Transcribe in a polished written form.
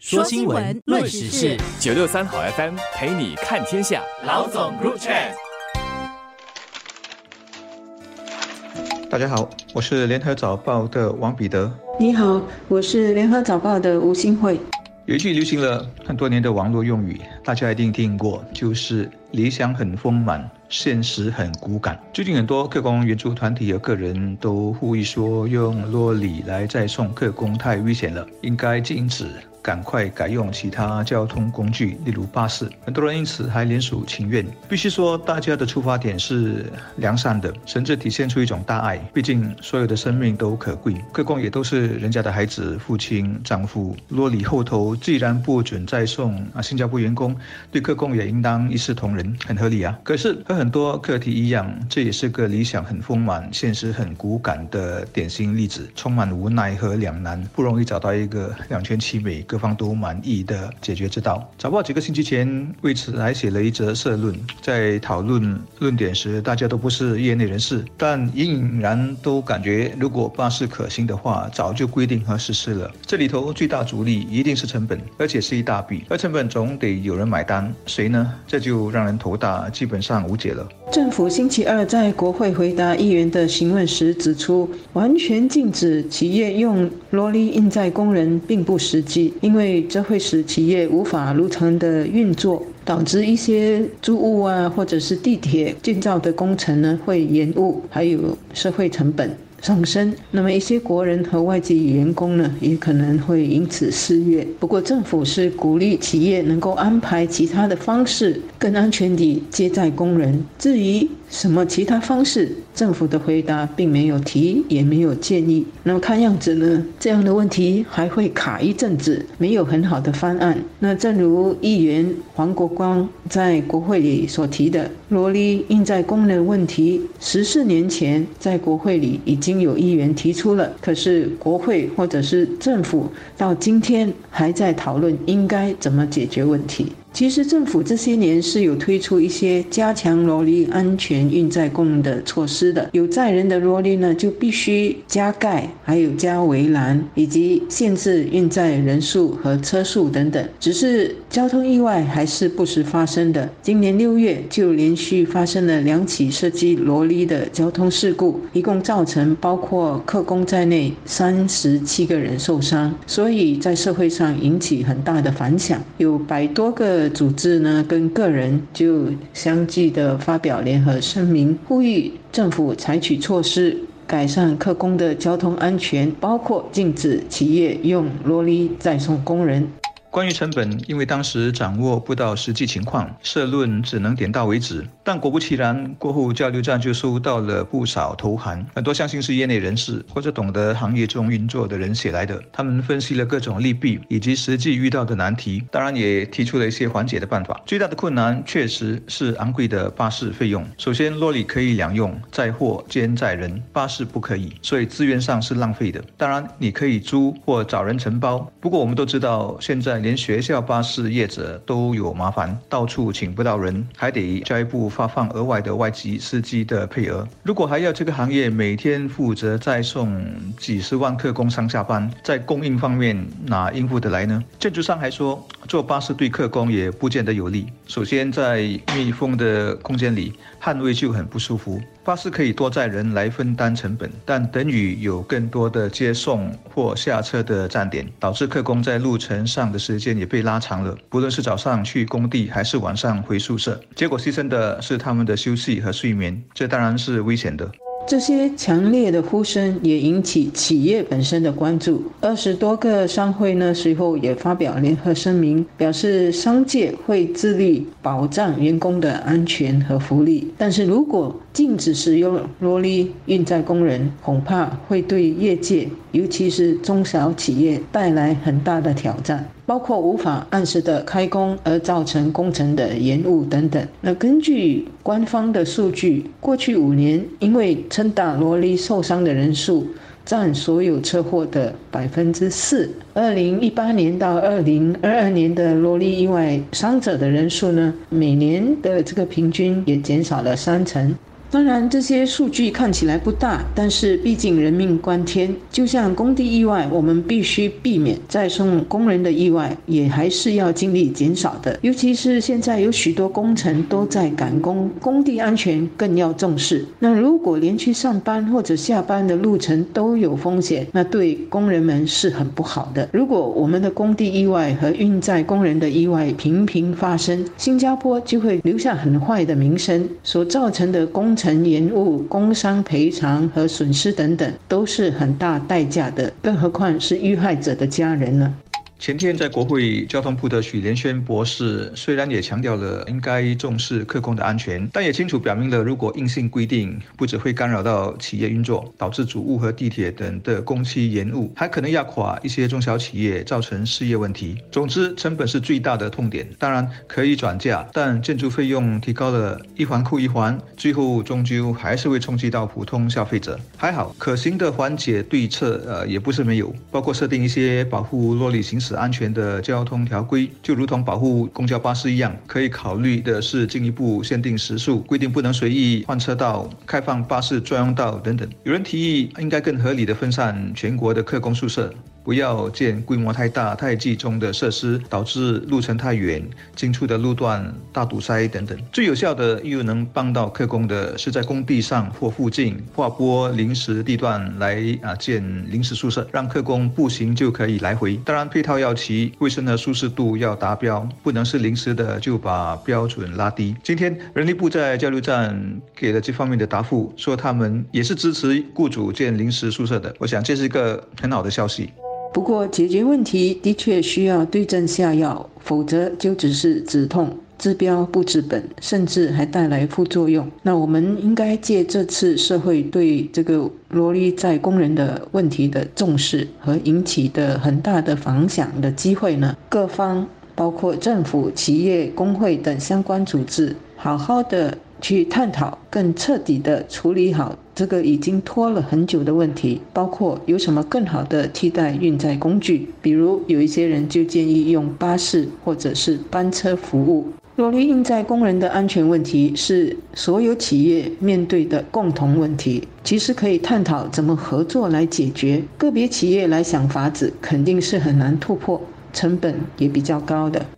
说新闻，论时事 963好 FM 陪你看天下。 老总 Group Chat。 大家好，我是联合早报的王彼得。 你好，我是联合早报的吴新慧。 有一句流行了很多年的网络用语，大家一定听过，就是理想很丰满，现实很骨感。最近很多客工援助团体和个人都呼吁说，用罗里来载送客工太危险了，应该禁止，赶快改用其他交通工具，例如巴士。很多人因此还联署请愿。必须说，大家的出发点是良善的，甚至体现出一种大爱。毕竟所有的生命都可贵，客工也都是人家的孩子、父亲、丈夫。罗里后头既然不准再送新加坡员工，对客工也应当一视同仁，很合理啊。可是和很多课题一样，这也是个理想很丰满，现实很骨感的典型例子，充满无奈和两难，不容易找到一个两全其美、各方都满意的解决之道。早报几个星期前为此还写了一则社论，在讨论论点时，大家都不是业内人士，但隐隐然都感觉，如果巴士可行的话，早就规定和实施了。这里头最大阻力一定是成本，而且是一大笔，而成本总得有人买单，谁呢？这就让人头大，基本上无解了。 政府星期二在国会回答议员的询问时指出，完全禁止企业用罗里运载工人并不实际，因为这会使企业无法如常的运作，导致一些租屋或者是地铁建造的工程呢会延误，还有社会成本上升，那么一些国人和外籍员工呢，也可能会因此失业。不过政府是鼓励企业能够安排其他的方式，更安全地接载工人。至于什么其他方式，政府的回答并没有提，也没有建议。那么看样子呢，这样的问题还会卡一阵子，没有很好的方案。那正如议员黄国光在国会里所提的，罗里运载工人问题14年前在国会里已经有议员提出了，可是国会或者是政府到今天还在讨论应该怎么解决问题。其实政府这些年是有推出一些加强罗里安全运载工人的措施的，有载人的罗里呢就必须加盖，还有加围栏，以及限制运载人数和车速等等。只是交通意外还是不时发生的，今年6月就连续发生了2起涉及罗里的交通事故，一共造成包括客工在内37个人受伤，所以在社会上引起很大的反响，有100多个组织呢跟个人就相继的发表联合声明，呼吁政府采取措施改善客工的交通安全，包括禁止企业用罗里载送工人。 关于成本，因为当时掌握不到实际情况，社论只能点到为止。但果不其然，过后交流站就收到了不少投函，很多相信是业内人士或者懂得行业中运作的人写来的。他们分析了各种利弊以及实际遇到的难题，当然也提出了一些缓解的办法。最大的困难确实是昂贵的巴士费用。首先，罗里可以两用，载货兼载人，巴士不可以，所以资源上是浪费的。当然，你可以租或找人承包，不过我们都知道，现在连学校巴士业者都有麻烦，到处请不到人，还得教育部发放额外的外籍司机的配额。如果还要这个行业每天负责载送几十万客工上下班，在供应方面哪应付得来呢？建筑上还说，坐巴士对客工也不见得有利。首先，在密封的空间里，捍卫就很不舒服。巴士可以多载人来分担成本，但等于有更多的接送或下车的站点，导致客工在路程上的时间也被拉长了，不论是早上去工地还是晚上回宿舍，结果牺牲的是他们的休息和睡眠，这当然是危险的。 这些强烈的呼声也引起企业本身的关注。20多个商会呢，随后也发表联合声明，表示商界会致力保障员工的安全和福利，但是如果禁止使用罗里运载工人，恐怕会对业界，尤其是中小企业带来很大的挑战，包括无法按时的开工而造成工程的延误等等。那根据官方的数据，过去5年因为乘搭罗里受伤的人数占所有车祸的4%。2018年到2022年的罗里意外伤者的人数呢，每年的这个平均也减少了3成。 当然这些数据看起来不大，但是毕竟人命关天，就像工地意外我们必须避免，再送工人的意外也还是要尽力减少的。尤其是现在有许多工程都在赶工，工地安全更要重视。那如果连去上班或者下班的路程都有风险，那对工人们是很不好的。如果我们的工地意外和运载工人的意外频频发生，新加坡就会留下很坏的名声，所造成的工程延误、工伤赔偿和损失等等都是很大代价的，更何况是遇害者的家人呢？ 前天在国会，交通部的许连轩博士虽然也强调了应该重视客工的安全，但也清楚表明了，如果硬性规定，不只会干扰到企业运作，导致主务和地铁等的工期延误，还可能压垮一些中小企业，造成失业问题。总之，成本是最大的痛点。当然可以转嫁，但建筑费用提高了，一环扣一环，最后终究还是会冲击到普通消费者。还好，可行的缓解对策也不是没有，包括设定一些保护落地行驶安全的交通条规，就如同保护公交巴士一样。可以考虑的是进一步限定时数，规定不能随意换车道，开放巴士专用道等等。有人提议应该更合理的分散全国的客工宿舍，不要建规模太大、太集中的设施，导致路程太远、进出的路段大堵塞等等。最有效的又能帮到客工的是在工地上或附近划拨临时地段来建临时宿舍，让客工步行就可以来回。当然配套要齐，卫生和舒适度要达标，不能是临时的就把标准拉低。今天人力部在交流站给了这方面的答复，说他们也是支持雇主建临时宿舍的。我想这是一个很好的消息。 不过解决问题的确需要对症下药，否则就只是止痛，治标不治本，甚至还带来副作用。那我们应该借这次社会对这个罗里载工人的问题的重视和引起的很大的反响的机会呢，各方包括政府、企业、工会等相关组织，好好的去探讨，更彻底的处理好这个已经拖了很久的问题，包括有什么更好的替代运载工具。比如有一些人就建议用巴士或者是班车服务。罗里运载工人的安全问题是所有企业面对的共同问题，其实可以探讨怎么合作来解决。个别企业来想法子肯定是很难突破，成本也比较高的。